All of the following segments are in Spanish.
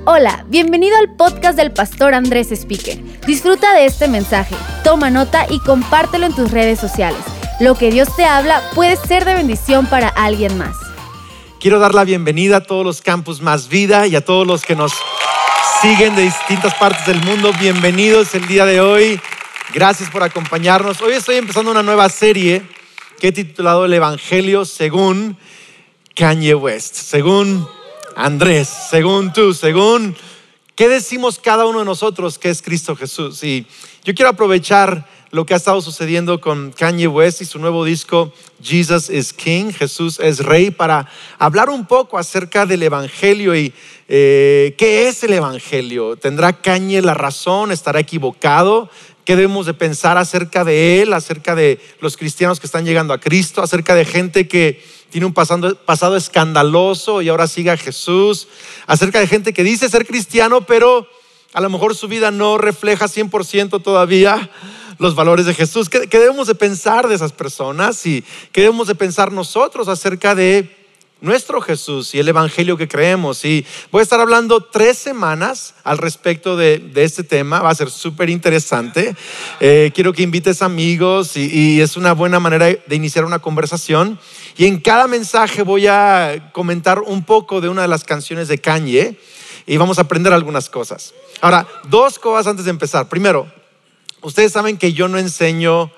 Hola, bienvenido al podcast del pastor Andrés Speaker. Disfruta de este mensaje, toma nota y compártelo en tus redes sociales. Lo que Dios te habla puede ser de bendición para alguien más. Quiero dar la bienvenida a todos los Campus Más Vida y a todos los que nos siguen de distintas partes del mundo. Bienvenidos el día de hoy. Gracias por acompañarnos. Hoy estoy empezando una nueva serie que he titulado El Evangelio según Kanye West, según Andrés, según tú, según qué decimos cada uno de nosotros que es Cristo Jesús. Y yo quiero aprovechar lo que ha estado sucediendo con Kanye West y su nuevo disco Jesus is King, Jesús es Rey, para hablar un poco acerca del Evangelio y qué es el Evangelio. ¿Tendrá Kanye la razón? ¿Estará equivocado? ¿Qué debemos de pensar acerca de él, acerca de los cristianos que están llegando a Cristo, acerca de gente que tiene un pasado escandaloso y ahora sigue a Jesús, acerca de gente que dice ser cristiano, pero a lo mejor su vida no refleja 100% todavía los valores de Jesús? ¿Qué debemos de pensar de esas personas y qué debemos de pensar nosotros acerca de nuestro Jesús y el Evangelio que creemos? Y voy a estar hablando 3 semanas al respecto de este tema. Va a ser súper interesante. Quiero que invites amigos y es una buena manera de iniciar una conversación. Y en cada mensaje voy a comentar un poco de una de las canciones de Kanye y vamos a aprender algunas cosas. Ahora, 2 cosas antes de empezar. Primero, ustedes saben que yo no enseño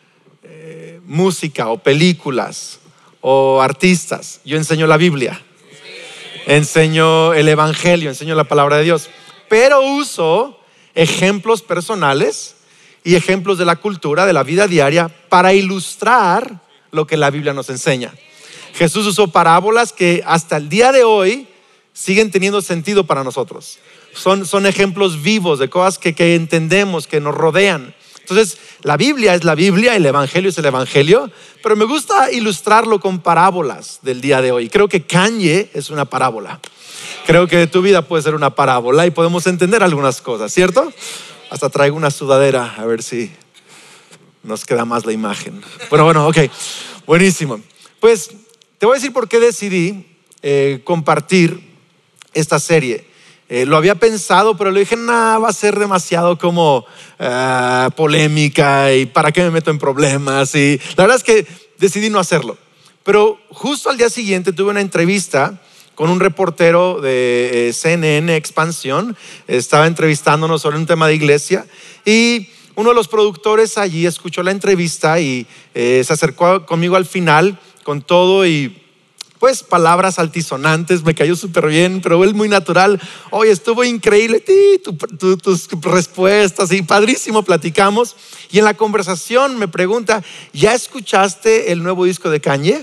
música o películas o artistas. Yo enseño la Biblia, enseño el Evangelio, enseño la palabra de Dios, pero uso ejemplos personales y ejemplos de la cultura, de la vida diaria, para ilustrar lo que la Biblia nos enseña. Jesús usó parábolas que hasta el día de hoy siguen teniendo sentido para nosotros. Son ejemplos vivos de cosas que entendemos, que nos rodean. Entonces, la Biblia es la Biblia, el Evangelio es el Evangelio, pero me gusta ilustrarlo con parábolas del día de hoy. Creo que Kanye es una parábola. Creo que tu vida puede ser una parábola y podemos entender algunas cosas, ¿cierto? Hasta traigo una sudadera, a ver si nos queda más la imagen. Bueno, ok, buenísimo. Pues te voy a decir por qué decidí compartir esta serie. Lo había pensado, pero le dije, va a ser demasiado como polémica y para qué me meto en problemas. Y la verdad es que decidí no hacerlo. Pero justo al día siguiente tuve una entrevista con un reportero de CNN Expansión. Estaba entrevistándonos sobre un tema de iglesia y uno de los productores allí escuchó la entrevista y se acercó conmigo al final con todo y pues palabras altisonantes, me cayó súper bien, pero él muy natural. Oye, estuvo increíble tus respuestas y padrísimo, platicamos. Y en la conversación me pregunta, ¿ya escuchaste el nuevo disco de Kanye?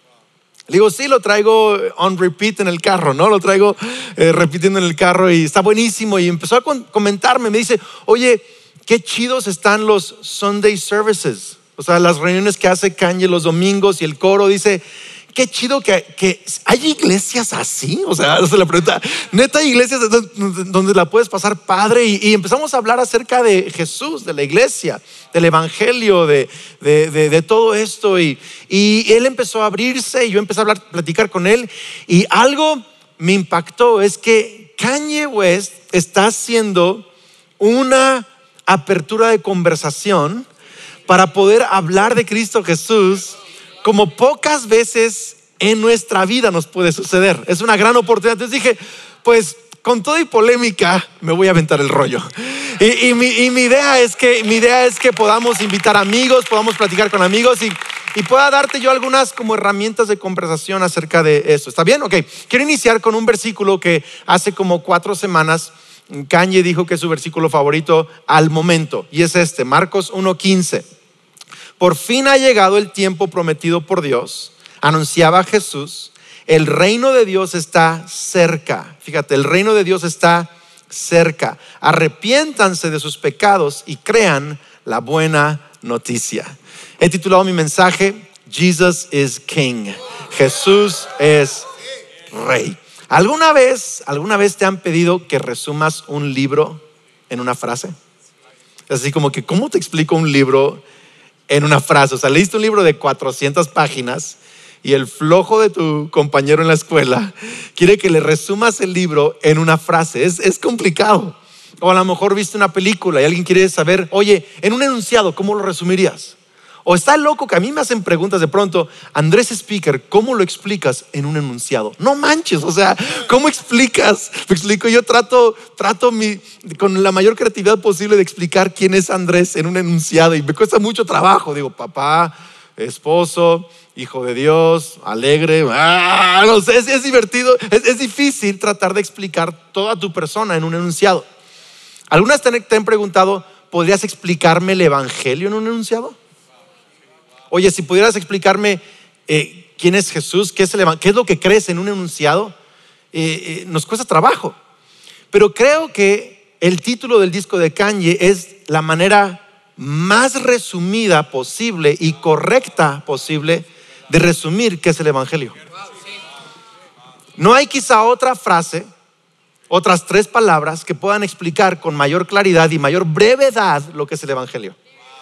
Le digo, sí, lo traigo on repeat en el carro, ¿no? Lo traigo repitiendo en el carro y está buenísimo. Y empezó a comentarme, me dice, oye, qué chidos están los Sunday services. O sea, las reuniones que hace Kanye los domingos y el coro. Dice, qué chido que hay iglesias así. O sea, se le pregunta, neta, hay iglesias donde la puedes pasar padre. Y empezamos a hablar acerca de Jesús, de la iglesia, del Evangelio, de todo esto. Y él empezó a abrirse y yo empecé a platicar con él. Y algo me impactó, es que Kanye West está haciendo una apertura de conversación para poder hablar de Cristo Jesús como pocas veces en nuestra vida nos puede suceder. Es una gran oportunidad. Entonces dije, pues con todo y polémica me voy a aventar el rollo. Y mi idea es que podamos invitar amigos, podamos platicar con amigos y pueda darte yo algunas como herramientas de conversación acerca de esto. ¿Está bien? Ok. Quiero iniciar con un versículo que hace como 4 semanas Kanye dijo que es su versículo favorito al momento, y es este, Marcos 1:15. Por fin ha llegado el tiempo prometido por Dios, anunciaba Jesús. El reino de Dios está cerca. Fíjate, el reino de Dios está cerca. Arrepiéntanse de sus pecados y crean la buena noticia. He titulado mi mensaje, Jesus is King. Jesús es Rey. ¿Alguna vez te han pedido que resumas un libro en una frase? Es así como que, ¿cómo te explico un libro en una frase? O sea, leíste un libro de 400 páginas y el flojo de tu compañero en la escuela quiere que le resumas el libro en una frase. Es complicado. O a lo mejor viste una película y alguien quiere saber, oye, en un enunciado, ¿cómo lo resumirías? O está loco que a mí me hacen preguntas de pronto, Andrés Speaker, ¿cómo lo explicas en un enunciado? No manches, o sea, ¿cómo explicas? Me explico, yo trato con la mayor creatividad posible de explicar quién es Andrés en un enunciado y me cuesta mucho trabajo. Digo, papá, esposo, hijo de Dios, alegre, no sé, es divertido, es difícil tratar de explicar toda tu persona en un enunciado. ¿Algunas te han preguntado, ¿podrías explicarme el evangelio en un enunciado? Oye, si pudieras explicarme quién es Jesús, qué es lo que crees en un enunciado, nos cuesta trabajo. Pero creo que el título del disco de Kanye es la manera más resumida posible y correcta posible de resumir qué es el evangelio. No hay quizá otra frase, otras 3 palabras que puedan explicar con mayor claridad y mayor brevedad lo que es el evangelio.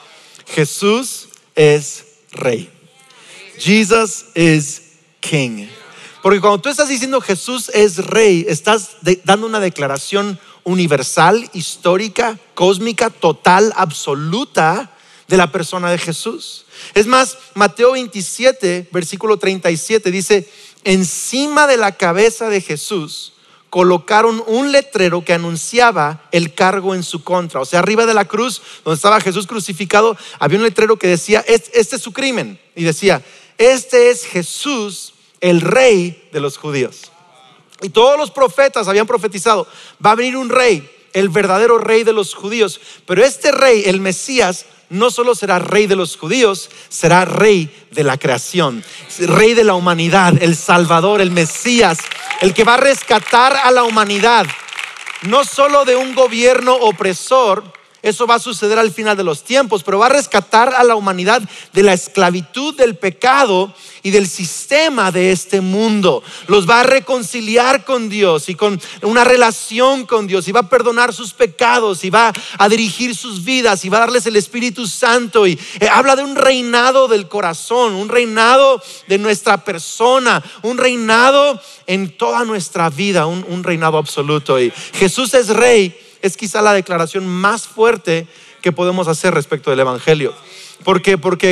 Jesús es Rey. Jesus is King. Porque cuando tú estás diciendo Jesús es Rey, estás dando una declaración universal, histórica, cósmica, total, absoluta de la persona de Jesús. Es más, Mateo 27, versículo 37 dice, encima de la cabeza de Jesús colocaron un letrero que anunciaba el cargo en su contra. O sea, arriba de la cruz donde estaba Jesús crucificado, había un letrero que decía, este es su crimen. Y decía, este es Jesús, el Rey de los judíos. Y todos los profetas habían profetizado, va a venir un rey, el verdadero Rey de los judíos. Pero este rey, el Mesías, no solo será Rey de los judíos, será Rey de la creación, Rey de la humanidad, el Salvador, el Mesías, el que va a rescatar a la humanidad, no solo de un gobierno opresor. Eso va a suceder al final de los tiempos, pero va a rescatar a la humanidad de la esclavitud del pecado y del sistema de este mundo. Los va a reconciliar con Dios y con una relación con Dios, y va a perdonar sus pecados y va a dirigir sus vidas y va a darles el Espíritu Santo. Y habla de un reinado del corazón, un reinado de nuestra persona, un reinado en toda nuestra vida, un reinado absoluto. Y Jesús es Rey es quizá la declaración más fuerte que podemos hacer respecto del evangelio, porque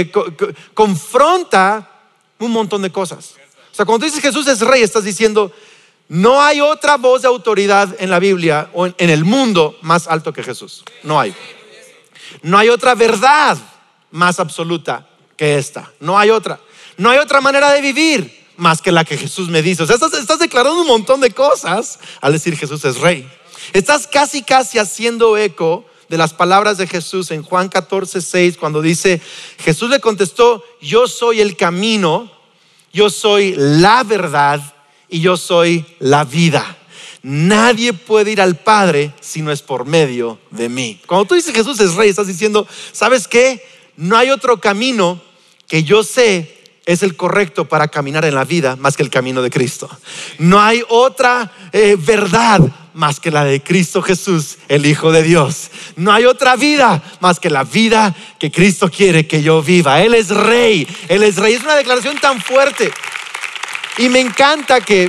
confronta un montón de cosas. O sea, cuando tú dices Jesús es Rey, estás diciendo no hay otra voz de autoridad en la Biblia o en el mundo más alto que Jesús. No hay otra verdad más absoluta que esta. No hay otra manera de vivir más que la que Jesús me dice. O sea, estás declarando un montón de cosas al decir Jesús es Rey. Estás casi haciendo eco de las palabras de Jesús en Juan 14:6, cuando dice, Jesús le contestó, yo soy el camino, yo soy la verdad y yo soy la vida. Nadie puede ir al Padre si no es por medio de mí. Cuando tú dices Jesús es Rey, estás diciendo, ¿sabes qué? No hay otro camino que yo sé es el correcto para caminar en la vida más que el camino de Cristo. No hay otra verdad más que la de Cristo Jesús, el Hijo de Dios. No hay otra vida más que la vida que Cristo quiere que yo viva. Él es Rey, Él es Rey. Es una declaración tan fuerte. Y me encanta que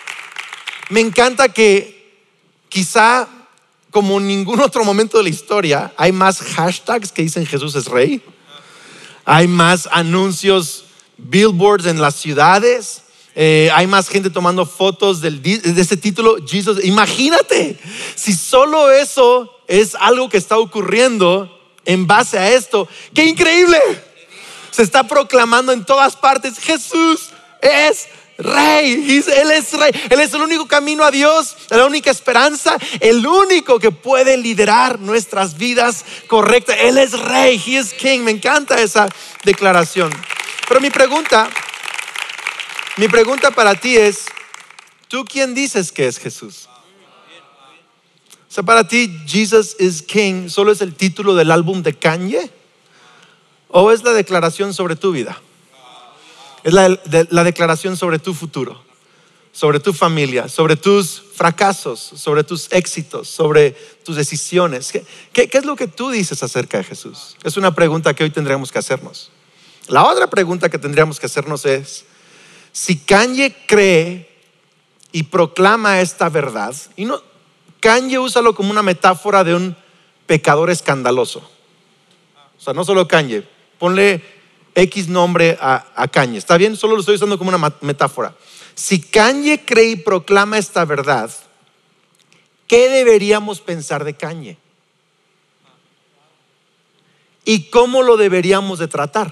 quizá como en ningún otro momento de la historia hay más hashtags que dicen Jesús es Rey. Hay más anuncios, billboards en las ciudades. Hay más gente tomando fotos de este título, Jesus. Imagínate, si solo eso es algo que está ocurriendo en base a esto, ¡qué increíble! Se está proclamando en todas partes, Jesús es Rey. Él es Rey. Él es el único camino a Dios, la única esperanza, el único que puede liderar nuestras vidas correctas. Él es Rey, He is King. Me encanta esa declaración. Pero mi pregunta para ti es, ¿tú quién dices que es Jesús? O sea, para ti, Jesus is King, ¿solo es el título del álbum de Kanye? ¿O es la declaración sobre tu vida? Es la declaración sobre tu futuro, sobre tu familia, sobre tus fracasos, sobre tus éxitos, sobre tus decisiones. ¿Qué es lo que tú dices acerca de Jesús? Es una pregunta que hoy tendríamos que hacernos. La otra pregunta que tendríamos que hacernos es, si Kanye cree y proclama esta verdad, y no, Kanye úsalo como una metáfora de un pecador escandaloso. O sea, no solo Kanye, ponle X nombre a Kanye. ¿Está bien? Solo lo estoy usando como una metáfora. Si Kanye cree y proclama esta verdad, ¿qué deberíamos pensar de Kanye? ¿Y cómo lo deberíamos de tratar?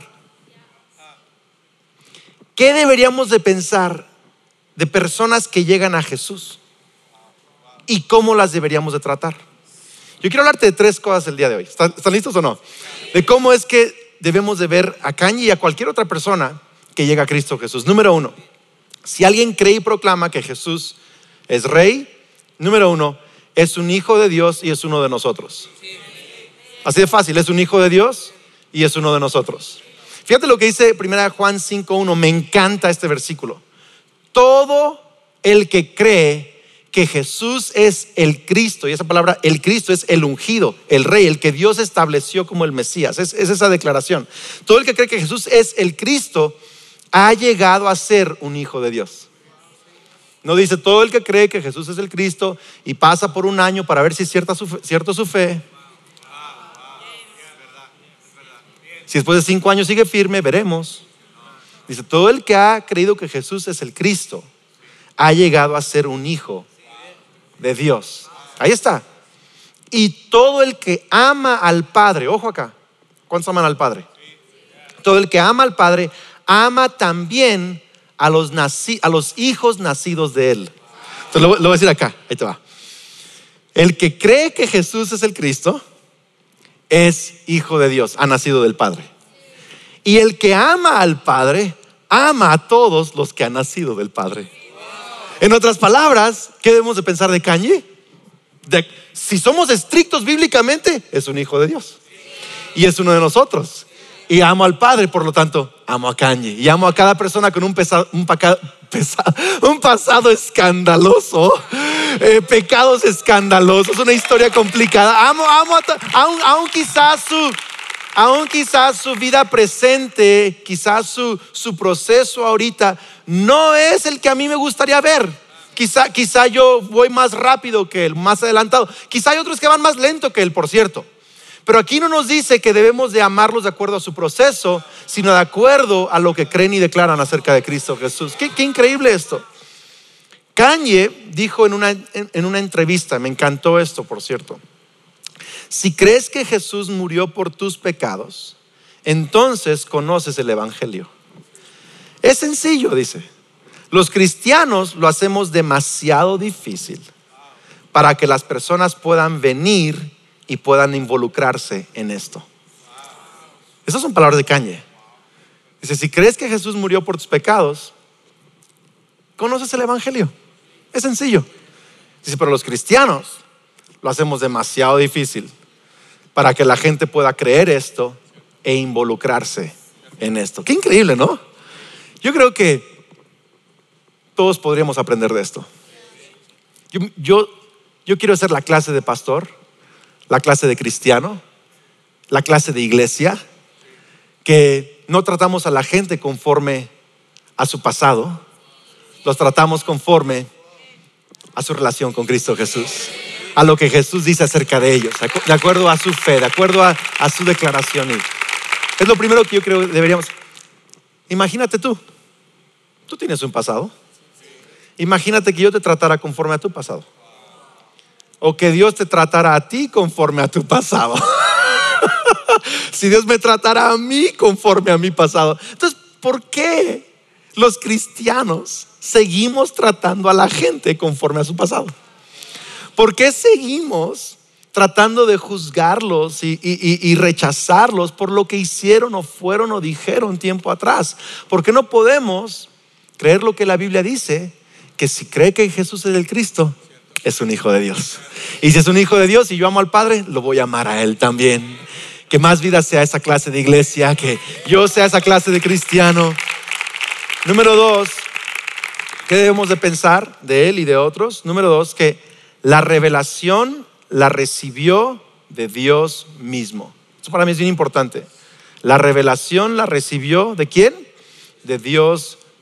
¿Qué deberíamos de pensar de personas que llegan a Jesús? ¿Y cómo las deberíamos de tratar? Yo quiero hablarte de 3 cosas el día de hoy. ¿Están listos o no? De cómo es que debemos de ver a Kanye y a cualquier otra persona que llega a Cristo Jesús. Número 1, si alguien cree y proclama que Jesús es Rey, número 1, es un hijo de Dios y es uno de nosotros. Así de fácil, es un hijo de Dios y es uno de nosotros. Fíjate lo que dice 1 Juan 5:1, me encanta este versículo. Todo el que cree que Jesús es el Cristo, y esa palabra, el Cristo, es el ungido, el Rey, el que Dios estableció como el Mesías, es esa declaración. Todo el que cree que Jesús es el Cristo ha llegado a ser un hijo de Dios. No dice todo el que cree que Jesús es el Cristo y pasa por un año para ver si es cierto su fe. Si después de 5 años sigue firme, veremos. Dice, todo el que ha creído que Jesús es el Cristo ha llegado a ser un hijo de Dios. Ahí está. Y todo el que ama al Padre, ojo acá, ¿cuántos aman al Padre? Todo el que ama al Padre ama también a los hijos nacidos de Él. Entonces lo voy a decir acá, ahí te va. El que cree que Jesús es el Cristo es hijo de Dios, ha nacido del Padre. Y el que ama al Padre ama a todos los que han nacido del Padre. En otras palabras, ¿qué debemos de pensar de Kanye? Si somos estrictos bíblicamente, es un hijo de Dios y es uno de nosotros. Y amo al Padre, por lo tanto, amo a Kanye. Y amo a cada persona con un pasado escandaloso, pecados escandalosos, una historia complicada. Aún quizás su vida presente, quizás su proceso ahorita no es el que a mí me gustaría ver. Quizá yo voy más rápido que él, más adelantado. Quizá hay otros que van más lento que él, por cierto. Pero aquí no nos dice que debemos de amarlos de acuerdo a su proceso, sino de acuerdo a lo que creen y declaran acerca de Cristo Jesús. Qué increíble esto. Kanye dijo en una entrevista, me encantó esto, por cierto: si crees que Jesús murió por tus pecados, entonces conoces el Evangelio. Es sencillo, dice. Los cristianos lo hacemos demasiado difícil para que las personas puedan venir y puedan involucrarse en esto. Esas son palabras de Kanye. Dice, si crees que Jesús murió por tus pecados, conoces el Evangelio. Es sencillo. Dice, pero los cristianos lo hacemos demasiado difícil para que la gente pueda creer esto e involucrarse en esto. Qué increíble, ¿no? Yo creo que todos podríamos aprender de esto. Yo quiero ser la clase de pastor, la clase de cristiano, la clase de iglesia, que no tratamos a la gente conforme a su pasado, los tratamos conforme a su relación con Cristo Jesús, a lo que Jesús dice acerca de ellos, de acuerdo a su fe, de acuerdo a su declaración. Y es lo primero que yo creo que deberíamos. Imagínate tú tienes un pasado. Imagínate que yo te tratara conforme a tu pasado, o que Dios te tratara a ti conforme a tu pasado. Si Dios me tratara a mí conforme a mi pasado, entonces, ¿por qué los cristianos seguimos tratando a la gente conforme a su pasado? ¿Por qué seguimos tratando de juzgarlos y rechazarlos por lo que hicieron o fueron o dijeron tiempo atrás? ¿Por qué no podemos creer lo que la Biblia dice? Que si cree que Jesús es el Cristo, es un hijo de Dios. Y si es un hijo de Dios y yo amo al Padre, lo voy a amar a Él también. Que más vida sea esa clase de iglesia, que yo sea esa clase de cristiano. Número 2, ¿qué debemos de pensar de Él y de otros? Número 2, que la revelación la recibió de Dios mismo. Eso para mí es bien importante. La revelación la recibió ¿de quién? De Dios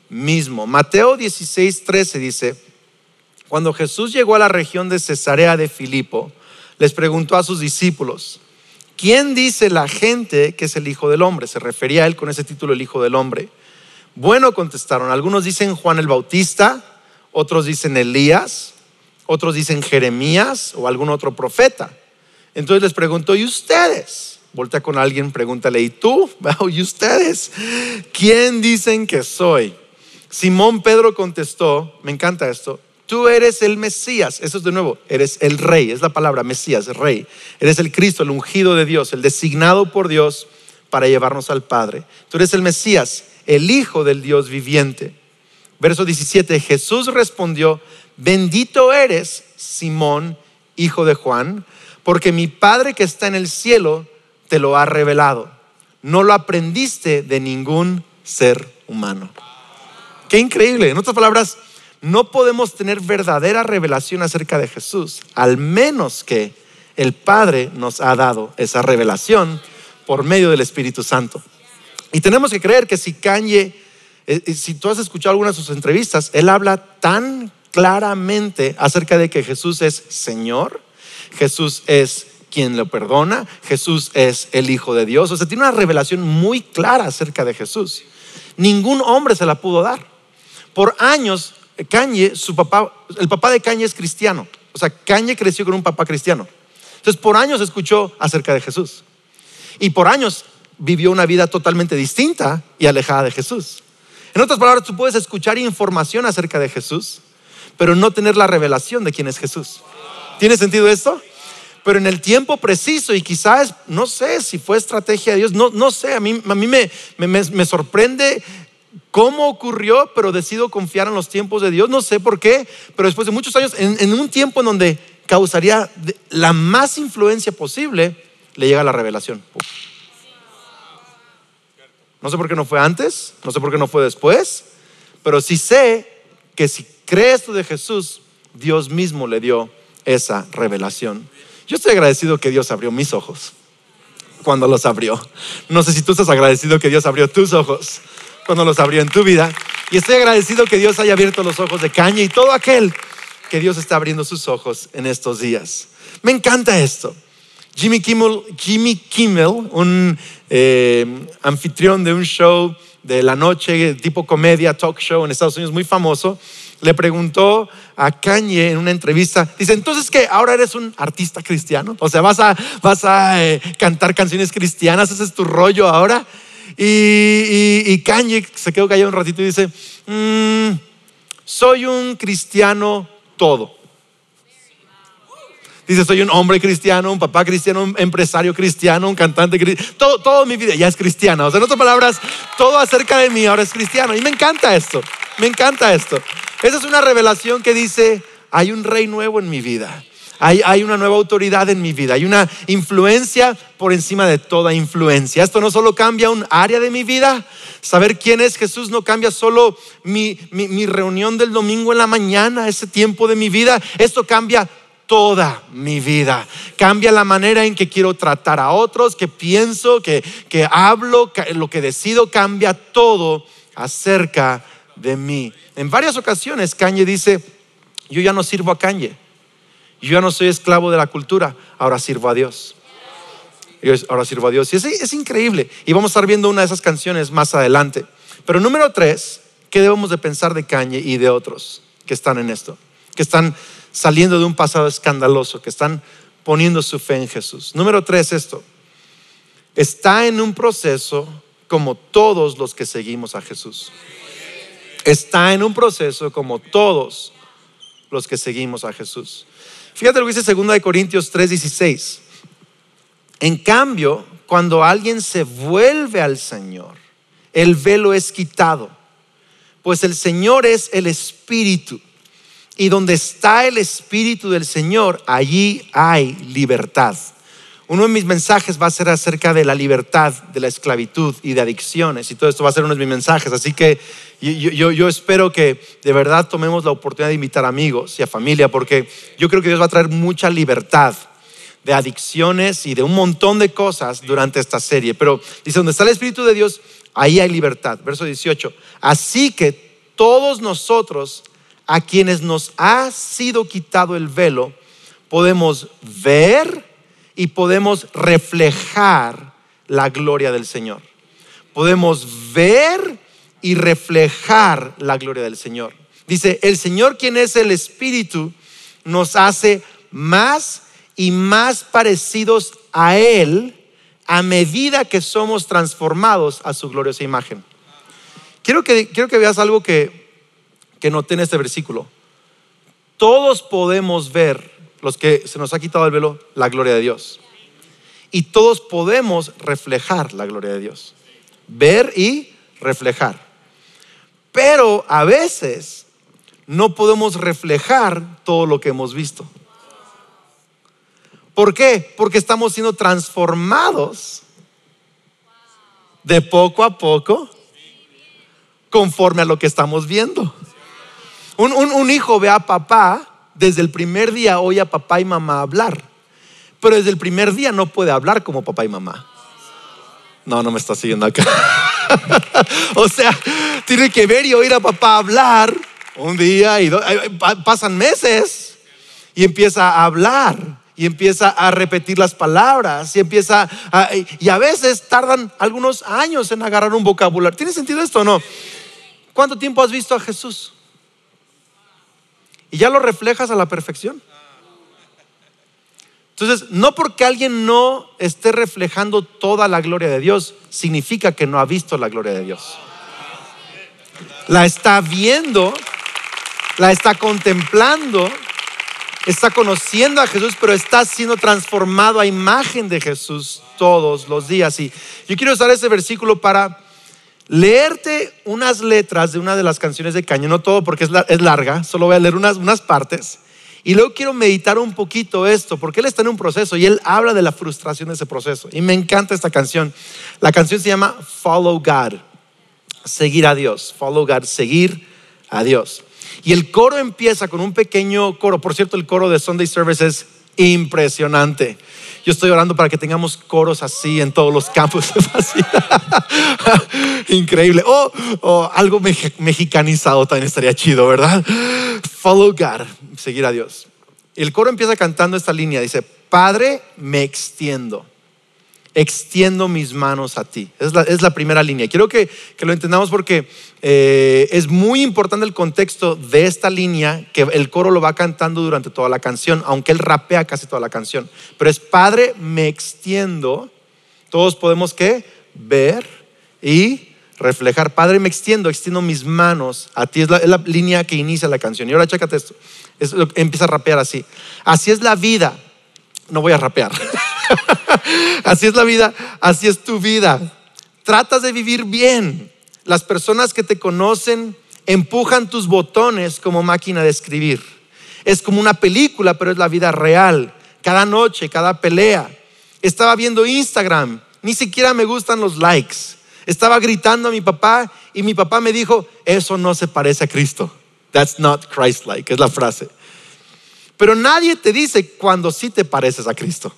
mismo. Mateo 16:13 dice: cuando Jesús llegó a la región de Cesarea de Filipo, les preguntó a sus discípulos: ¿quién dice la gente que es el Hijo del Hombre? Se refería a él con ese título, el Hijo del Hombre. Bueno, contestaron, algunos dicen Juan el Bautista, otros dicen Elías, otros dicen Jeremías o algún otro profeta. Entonces les preguntó: ¿y ustedes? Voltea con alguien, pregúntale: ¿y tú? ¿Y ustedes? ¿Quién dicen que soy? Simón Pedro contestó, me encanta esto: tú eres el Mesías. Eso es de nuevo, eres el Rey, es la palabra Mesías, Rey. Eres el Cristo, el ungido de Dios, el designado por Dios para llevarnos al Padre. Tú eres el Mesías, el Hijo del Dios viviente. Verso 17, Jesús respondió: bendito eres, Simón, hijo de Juan, porque mi Padre que está en el cielo te lo ha revelado. No lo aprendiste de ningún ser humano. Qué increíble. En otras palabras, no podemos tener verdadera revelación acerca de Jesús, al menos que el Padre nos ha dado esa revelación por medio del Espíritu Santo. Y tenemos que creer que si Kanye, si tú has escuchado alguna de sus entrevistas, él habla tan claramente acerca de que Jesús es Señor, Jesús es quien lo perdona, Jesús es el Hijo de Dios. O sea, tiene una revelación muy clara acerca de Jesús. Ningún hombre se la pudo dar. Por años, Kanye, su papá, el papá de Kanye es cristiano. O sea, Kanye creció con un papá cristiano. Entonces, por años escuchó acerca de Jesús. Y por años vivió una vida totalmente distinta y alejada de Jesús. En otras palabras, tú puedes escuchar información acerca de Jesús, pero no tener la revelación de quién es Jesús. ¿Tiene sentido esto? Pero en el tiempo preciso, y quizás, no sé si fue estrategia de Dios, no sé, a mí me sorprende cómo ocurrió, pero decido confiar en los tiempos de Dios. No sé por qué, pero después de muchos años, en un tiempo en donde causaría la más influencia posible, le llega la revelación. No sé por qué no fue antes, no sé por qué no fue después, pero sí sé que si crees tú de Jesús, Dios mismo le dio esa revelación. Yo estoy agradecido que Dios abrió mis ojos cuando los abrió. No sé si tú estás agradecido que Dios abrió tus ojos cuando los abrió en tu vida. Y estoy agradecido que Dios haya abierto los ojos de Kanye y todo aquel que Dios está abriendo sus ojos en estos días. Me encanta esto. Jimmy Kimmel, un anfitrión de un show de la noche, tipo comedia, talk show en Estados Unidos, muy famoso, le preguntó a Kanye en una entrevista, dice: entonces ¿qué? ¿Ahora eres un artista cristiano? O sea, ¿vas a cantar canciones cristianas? ¿Ese es tu rollo ahora? Y Kanye se quedó callado un ratito y dice: soy un cristiano todo. Dice: soy un hombre cristiano, un papá cristiano, un empresario cristiano, un cantante cristiano. Todo mi vida ya es cristiana. O sea, en otras palabras, todo acerca de mí ahora es cristiano. Y me encanta esto. Me encanta esto. Esa es una revelación que dice: hay un rey nuevo en mi vida. Hay una nueva autoridad en mi vida. Hay una influencia por encima de toda influencia. Esto no solo cambia un área de mi vida. Saber quién es Jesús no cambia solo mi reunión del domingo en la mañana, ese tiempo de mi vida. Esto cambia toda mi vida. Cambia la manera en que quiero tratar a otros, que pienso, que hablo, lo que decido. Cambia todo acerca de mí. En varias ocasiones Kanye dice: yo ya no sirvo a Kanye, yo ya no soy esclavo de la cultura, ahora sirvo a Dios. Ahora sirvo a Dios. Y es increíble. Y vamos a estar viendo una de esas canciones más adelante. Pero número 3, ¿qué debemos de pensar de Kanye y de otros que están en esto? Que están saliendo de un pasado escandaloso, que están poniendo su fe en Jesús. Número 3, esto: está en un proceso como todos los que seguimos a Jesús. Está en un proceso como todos los que seguimos a Jesús. Fíjate lo que dice 2 Corintios 3:16. En cambio, cuando alguien se vuelve al Señor, el velo es quitado, pues el Señor es el Espíritu. Y donde está el Espíritu del Señor, allí hay libertad. Uno de mis mensajes va a ser acerca de la libertad, de la esclavitud y de adicciones. Y todo esto va a ser uno de mis mensajes. Así que yo espero que de verdad tomemos la oportunidad de invitar amigos y a familia, porque yo creo que Dios va a traer mucha libertad de adicciones y de un montón de cosas durante esta serie. Pero dice: donde está el Espíritu de Dios, ahí hay libertad. Verso 18. Así que todos nosotros, a quienes nos ha sido quitado el velo, podemos ver y podemos reflejar la gloria del Señor. Podemos ver y reflejar la gloria del Señor. Dice, el Señor, quien es el Espíritu, nos hace más y más parecidos a Él a medida que somos transformados a su gloriosa imagen. Quiero que veas algo que noté en este versículo. Todos podemos ver, los que se nos ha quitado el velo, la gloria de Dios. Y todos podemos reflejar la gloria de Dios. Ver y reflejar. Pero a veces no podemos reflejar todo lo que hemos visto. ¿Por qué? Porque estamos siendo transformados de poco a poco conforme a lo que estamos viendo. Un hijo ve a papá, desde el primer día oye a papá y mamá hablar, pero desde el primer día no puede hablar como papá y mamá. No me está siguiendo acá. O sea, tiene que ver y oír a papá hablar un día y pasan meses y empieza a hablar y empieza a repetir las palabras y a veces tardan algunos años en agarrar un vocabulario. ¿Tiene sentido esto o no? ¿Cuánto tiempo has visto a Jesús? Y ya lo reflejas a la perfección. Entonces, no porque alguien no esté reflejando toda la gloria de Dios, significa que no ha visto la gloria de Dios. La está viendo, la está contemplando, está conociendo a Jesús, pero está siendo transformado a imagen de Jesús todos los días. Y yo quiero usar ese versículo para leerte unas letras de una de las canciones de Kanye, no todo porque es larga, solo voy a leer unas partes. Y luego quiero meditar un poquito esto, porque él está en un proceso y él habla de la frustración de ese proceso. Y me encanta esta canción. La canción se llama Follow God, seguir a Dios. Follow God, seguir a Dios. Y el coro empieza con un pequeño coro. Por cierto, el coro de Sunday Service es impresionante. Yo estoy orando para que tengamos coros así en todos los campos. Increíble. O algo mexicanizado también estaría chido, ¿verdad? Follow God, seguir a Dios. El coro empieza cantando esta línea. Dice, Padre, me extiendo mis manos a ti. Es la primera línea. Quiero que lo entendamos porque es muy importante el contexto de esta línea, que el coro lo va cantando durante toda la canción, aunque él rapea casi toda la canción. Pero es Padre, me extiendo. Todos podemos ¿qué? Ver y reflejar. Padre, me extiendo mis manos a ti. Es la línea que inicia la canción. Y ahora chécate esto. Empieza a rapear así. Así es la vida. No voy a rapear. Así es la vida, así es tu vida. Tratas de vivir bien. Las personas que te conocen empujan tus botones como máquina de escribir. Es como una película, pero es la vida real. Cada noche, cada pelea. Estaba viendo Instagram, ni siquiera me gustan los likes. Estaba gritando a mi papá y mi papá me dijo, eso no se parece a Cristo. That's not Christ-like, es la frase. Pero nadie te dice cuando sí te pareces a Cristo.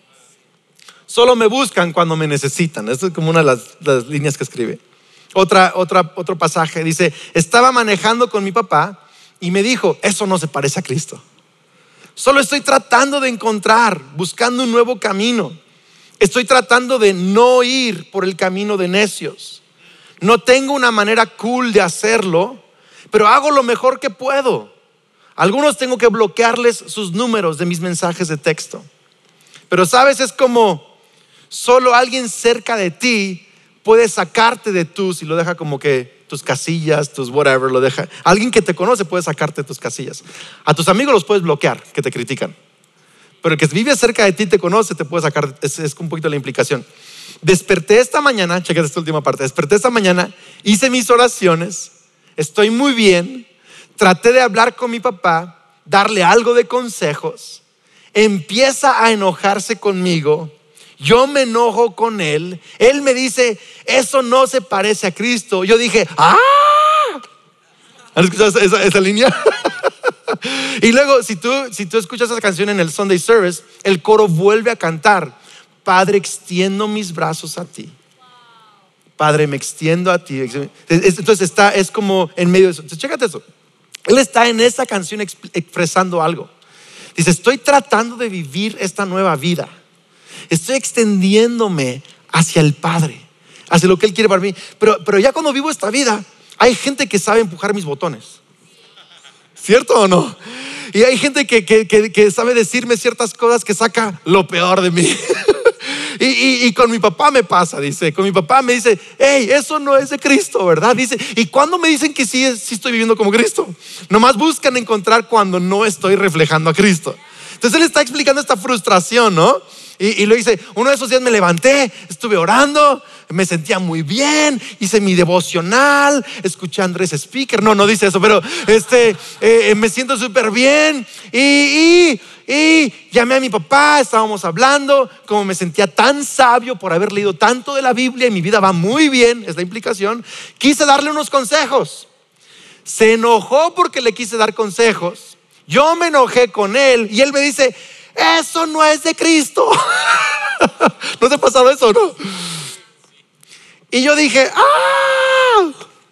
Solo me buscan cuando me necesitan. Esto es como una de las líneas que escribe. Otro pasaje dice, estaba manejando con mi papá y me dijo, eso no se parece a Cristo. Solo estoy tratando de buscando un nuevo camino. Estoy tratando de no ir por el camino de necios. No tengo una manera cool de hacerlo, pero hago lo mejor que puedo. Algunos tengo que bloquearles sus números de mis mensajes de texto. Pero sabes, es como solo alguien cerca de ti puede sacarte de y lo deja como que tus casillas, tus whatever, lo deja. Alguien que te conoce puede sacarte de tus casillas. A tus amigos los puedes bloquear, que te critican. Pero el que vive cerca de ti, te conoce, te puede sacar. Es un poquito la implicación. Desperté esta mañana, chécate esta última parte. Desperté esta mañana, hice mis oraciones, estoy muy bien. Traté de hablar con mi papá, darle algo de consejos. Empieza a enojarse conmigo. Yo me enojo con él. Él me dice, eso no se parece a Cristo. Yo dije, ¡ah! ¿Han escuchado esa línea? Y luego, si tú escuchas esa canción en el Sunday Service, el coro vuelve a cantar, Padre, extiendo mis brazos a ti. Padre, me extiendo a ti. Entonces es como en medio de eso. Entonces, chécate eso. Él está en esa canción expresando algo. Dice, estoy tratando de vivir esta nueva vida. Estoy extendiéndome hacia el Padre, hacia lo que Él quiere para mí. Pero ya cuando vivo esta vida, hay gente que sabe empujar mis botones. ¿Cierto o no? Y hay gente que sabe decirme ciertas cosas que saca lo peor de mí. Y con mi papá me pasa, dice. Con mi papá me dice, hey, eso no es de Cristo, ¿verdad? Dice, ¿y cuándo me dicen que sí estoy viviendo como Cristo? Nomás buscan encontrar cuando no estoy reflejando a Cristo. Entonces él está explicando esta frustración, ¿no? Y lo dice, uno de esos días me levanté, estuve orando, me sentía muy bien, hice mi devocional, escuché a Andrés Speaker. No dice eso, pero me siento súper bien. Y llamé a mi papá, estábamos hablando, como me sentía tan sabio por haber leído tanto de la Biblia y mi vida va muy bien, es la implicación. Quise darle unos consejos. Se enojó porque le quise dar consejos. Yo me enojé con él y él me dice, eso no es de Cristo. ¿No te ha pasado eso, no? Y yo dije, ¡ah!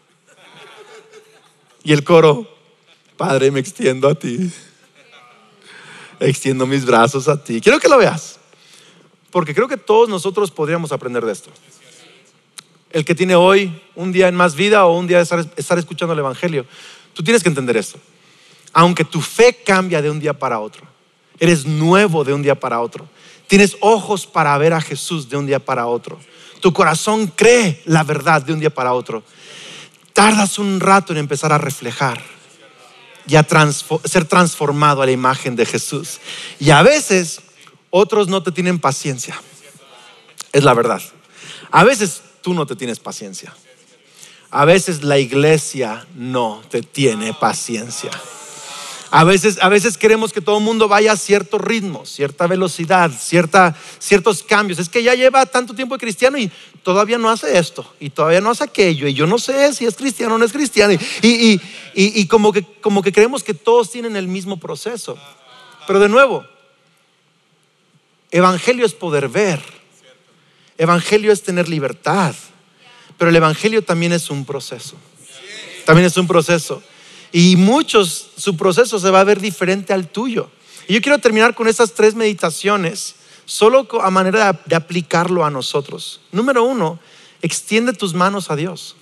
Y el coro, Padre, me extiendo a ti. Extiendo mis brazos a ti. Quiero que lo veas, porque creo que todos nosotros podríamos aprender de esto. El que tiene hoy un día en Más Vida o un día de estar escuchando el Evangelio, tú tienes que entender esto. Aunque tu fe cambia de un día para otro, eres nuevo de un día para otro, tienes ojos para ver a Jesús de un día para otro, tu corazón cree la verdad de un día para otro, tardas un rato en empezar a reflejar y a ser transformado a la imagen de Jesús. Y a veces otros no te tienen paciencia. Es la verdad. A veces tú no te tienes paciencia. A veces la iglesia no te tiene paciencia. A veces queremos que todo el mundo vaya a cierto ritmo, cierta velocidad, ciertos cambios. Es que ya lleva tanto tiempo de cristiano y todavía no hace esto y todavía no hace aquello y yo no sé si es cristiano o no es cristiano y como que creemos que todos tienen el mismo proceso. Pero de nuevo, evangelio es poder ver, evangelio es tener libertad, pero el evangelio también es un proceso. También es un proceso. Y muchos, su proceso se va a ver diferente al tuyo. Y yo quiero terminar con estas 3 meditaciones, solo a manera de aplicarlo a nosotros. Número 1, extiende tus manos a Dios.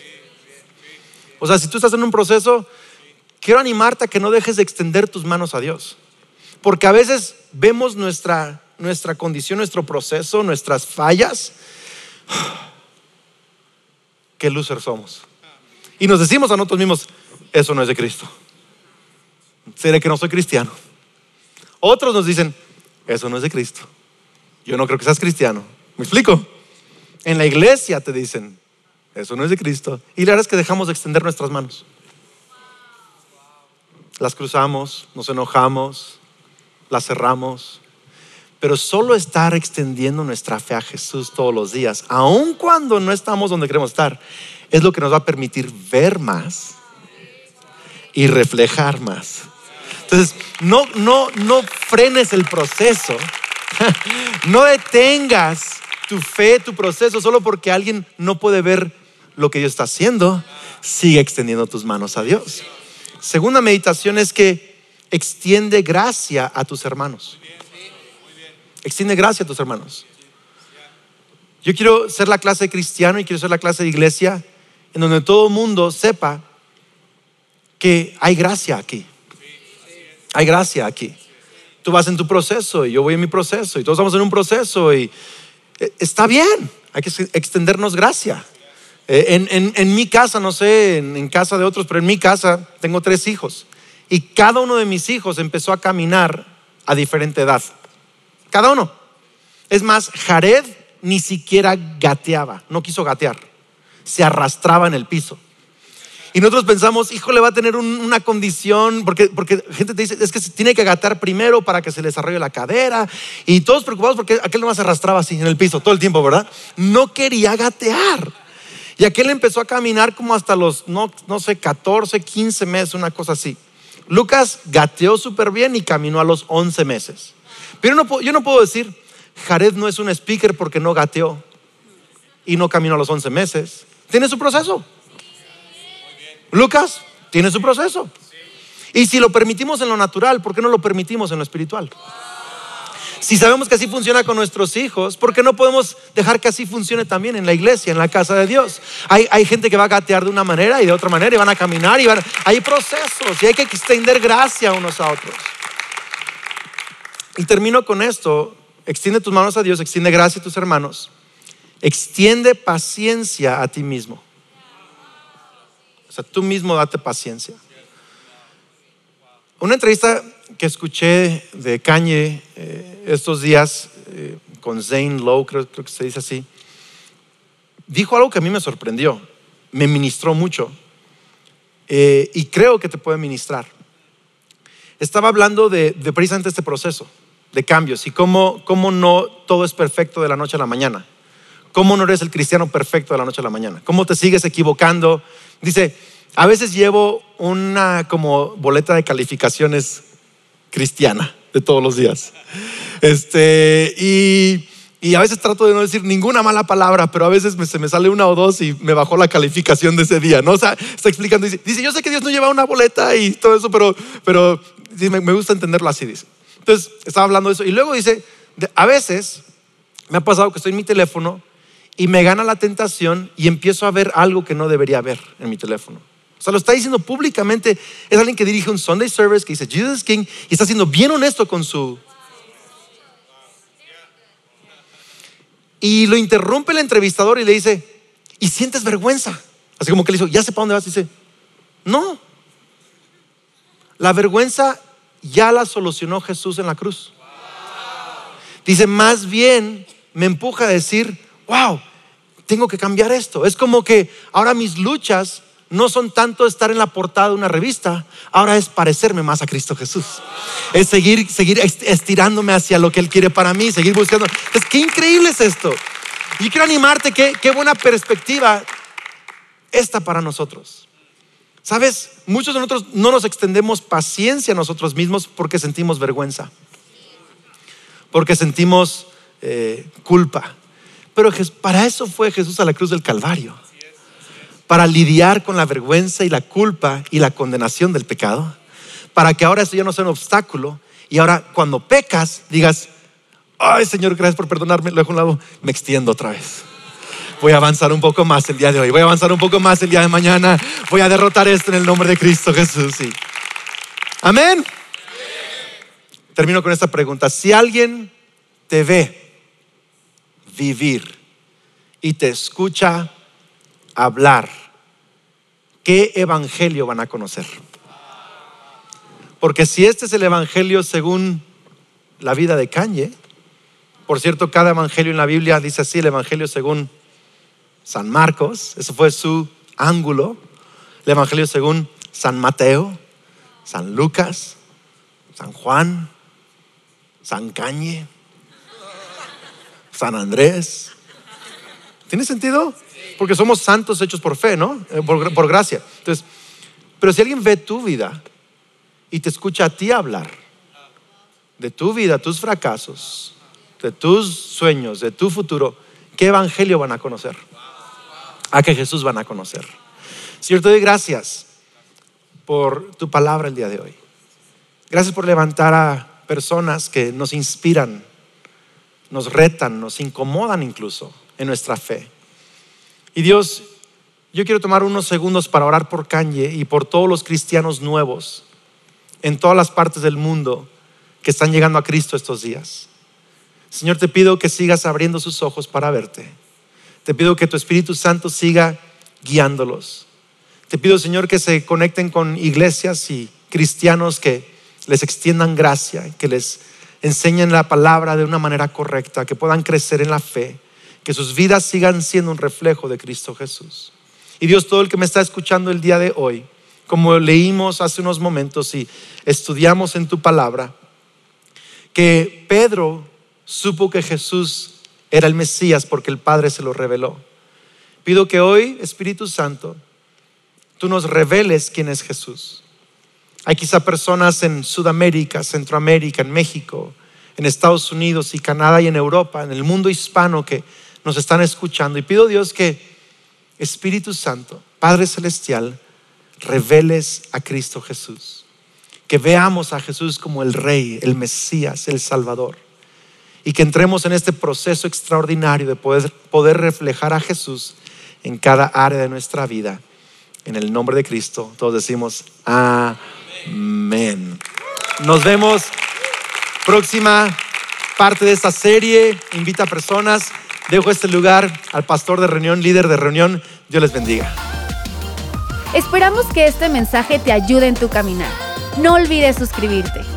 O sea, si tú estás en un proceso, quiero animarte a que no dejes de extender tus manos a Dios. Porque a veces vemos nuestra condición, nuestro proceso, nuestras fallas. Qué loser somos. Y nos decimos a nosotros mismos, eso no es de Cristo. Seré que no soy cristiano. Otros nos dicen, eso no es de Cristo. Yo no creo que seas cristiano. ¿Me explico? En la iglesia te dicen, eso no es de Cristo. Y la verdad es que dejamos de extender nuestras manos. Las cruzamos, nos enojamos, las cerramos. Pero solo estar extendiendo nuestra fe a Jesús todos los días, aun cuando no estamos donde queremos estar, es lo que nos va a permitir ver más y reflejar más. Entonces, no frenes el proceso. No detengas tu fe, tu proceso, solo porque alguien no puede ver lo que Dios está haciendo. Sigue extendiendo tus manos a Dios. Segunda meditación es que extiende gracia a tus hermanos. Extiende gracia a tus hermanos. Yo quiero ser la clase de cristiano y quiero ser la clase de iglesia en donde todo el mundo sepa que hay gracia aquí. Hay gracia aquí. Tú vas en tu proceso y yo voy en mi proceso y todos estamos en un proceso y está bien, hay que extendernos gracia. En mi casa, no sé, en casa de otros, pero en mi casa tengo 3 hijos y cada uno de mis hijos empezó a caminar a diferente edad. Cada uno. Es más, Jared ni siquiera gateaba, no quiso gatear, se arrastraba en el piso. Y nosotros pensamos, híjole, va a tener una condición, porque gente te dice, es que se tiene que gatear primero para que se le desarrolle la cadera. Y todos preocupados porque aquel nomás se arrastraba así en el piso todo el tiempo, ¿verdad? No quería gatear. Y aquel empezó a caminar como hasta los, no sé, 14, 15 meses, una cosa así. Lucas gateó súper bien y caminó a los 11 meses. Pero yo no puedo decir, Jared no es un speaker porque no gateó. y no camino a los 11 meses. Tiene su proceso. Lucas tiene su proceso. Y si lo permitimos en lo natural, ¿por qué no lo permitimos en lo espiritual? Si sabemos que así funciona con nuestros hijos, ¿por qué no podemos dejar que así funcione también en la iglesia, en la casa de Dios? Hay gente que va a gatear de una manera y de otra manera, y van a caminar, hay procesos, y hay que extender gracia unos a otros. Y termino con esto. Extiende tus manos a Dios, extiende gracia a tus hermanos, extiende paciencia a ti mismo. O sea, tú mismo date paciencia. Una entrevista que escuché de Kanye estos días con Zane Lowe, creo que se dice así, dijo algo que a mí me sorprendió, me ministró mucho, y creo que te puede ministrar. Estaba hablando de precisamente este proceso de cambios y cómo no todo es perfecto de la noche a la mañana. Cómo no eres el cristiano perfecto de la noche a la mañana. Cómo te sigues equivocando. Dice, a veces llevo una como boleta de calificaciones cristiana de todos los días. Y a veces trato de no decir ninguna mala palabra, pero a veces se me sale una o dos y me bajó la calificación de ese día, ¿no? O sea, está explicando, dice, yo sé que Dios no lleva una boleta y todo eso, pero sí, me gusta entenderlo así, dice. Entonces, estaba hablando de eso. Y luego dice, a veces me ha pasado que estoy en mi teléfono y me gana la tentación y empiezo a ver algo que no debería ver en mi teléfono. O sea, lo está diciendo públicamente. Es alguien que dirige un Sunday Service que dice Jesus is King y está siendo bien honesto con su... Y lo interrumpe el entrevistador y le dice, ¿y sientes vergüenza? Así como que le dice, ya sé para dónde vas. Y dice, no. La vergüenza ya la solucionó Jesús en la cruz. Dice, más bien me empuja a decir, wow, tengo que cambiar esto. Es como que ahora mis luchas no son tanto estar en la portada de una revista, ahora es parecerme más a Cristo Jesús. Es seguir estirándome hacia lo que Él quiere para mí, seguir buscando. Entonces, qué increíble es esto. Y quiero animarte, qué buena perspectiva esta para nosotros. ¿Sabes? Muchos de nosotros no nos extendemos paciencia a nosotros mismos porque sentimos vergüenza, porque sentimos culpa. Pero para eso fue Jesús a la cruz del Calvario, para lidiar con la vergüenza y la culpa y la condenación del pecado, para que ahora eso ya no sea un obstáculo y ahora cuando pecas digas, ay Señor, gracias por perdonarme, lo dejo a un lado, me extiendo otra vez. Voy a avanzar un poco más el día de hoy, voy a avanzar un poco más el día de mañana, voy a derrotar esto en el nombre de Cristo Jesús. Sí. Amén. Termino con esta pregunta. Si alguien te ve vivir y te escucha hablar, ¿qué evangelio van a conocer? Porque si este es el evangelio según la vida de Kanye, por cierto, cada evangelio en la Biblia dice así, el evangelio según San Marcos, eso fue su ángulo, el evangelio según San Mateo, San Lucas, San Juan, San Kanye, San Andrés. ¿Tiene sentido? Porque somos santos hechos por fe, ¿no? Por gracia. Entonces, pero si alguien ve tu vida y te escucha a ti hablar de tu vida, tus fracasos, de tus sueños, de tu futuro, ¿qué evangelio van a conocer? ¿A qué Jesús van a conocer? Señor, te doy gracias por tu palabra el día de hoy. Gracias por levantar a personas que nos inspiran, nos retan, nos incomodan incluso en nuestra fe. Y Dios, yo quiero tomar unos segundos para orar por Kanye y por todos los cristianos nuevos en todas las partes del mundo que están llegando a Cristo estos días. Señor, te pido que sigas abriendo sus ojos para verte. Te pido que tu Espíritu Santo siga guiándolos. Te pido, Señor, que se conecten con iglesias y cristianos que les extiendan gracia, que les enseñen la palabra de una manera correcta, que puedan crecer en la fe, que sus vidas sigan siendo un reflejo de Cristo Jesús. Y Dios, todo el que me está escuchando el día de hoy, como leímos hace unos momentos y estudiamos en tu palabra, que Pedro supo que Jesús era el Mesías porque el Padre se lo reveló. Pido que hoy, Espíritu Santo, tú nos reveles quién es Jesús. Hay quizá personas en Sudamérica, Centroamérica, en México, en Estados Unidos y Canadá y en Europa, en el mundo hispano, que nos están escuchando. Y pido, Dios, que Espíritu Santo, Padre Celestial, reveles a Cristo Jesús. Que veamos a Jesús como el Rey, el Mesías, el Salvador. Y que entremos en este proceso extraordinario de poder reflejar a Jesús en cada área de nuestra vida. En el nombre de Cristo, todos decimos amén. Nos vemos próxima parte de esta serie. Invita a personas. Dejo este lugar al pastor de reunión, líder de reunión. Dios les bendiga. Esperamos que este mensaje te ayude en tu caminar. No olvides suscribirte.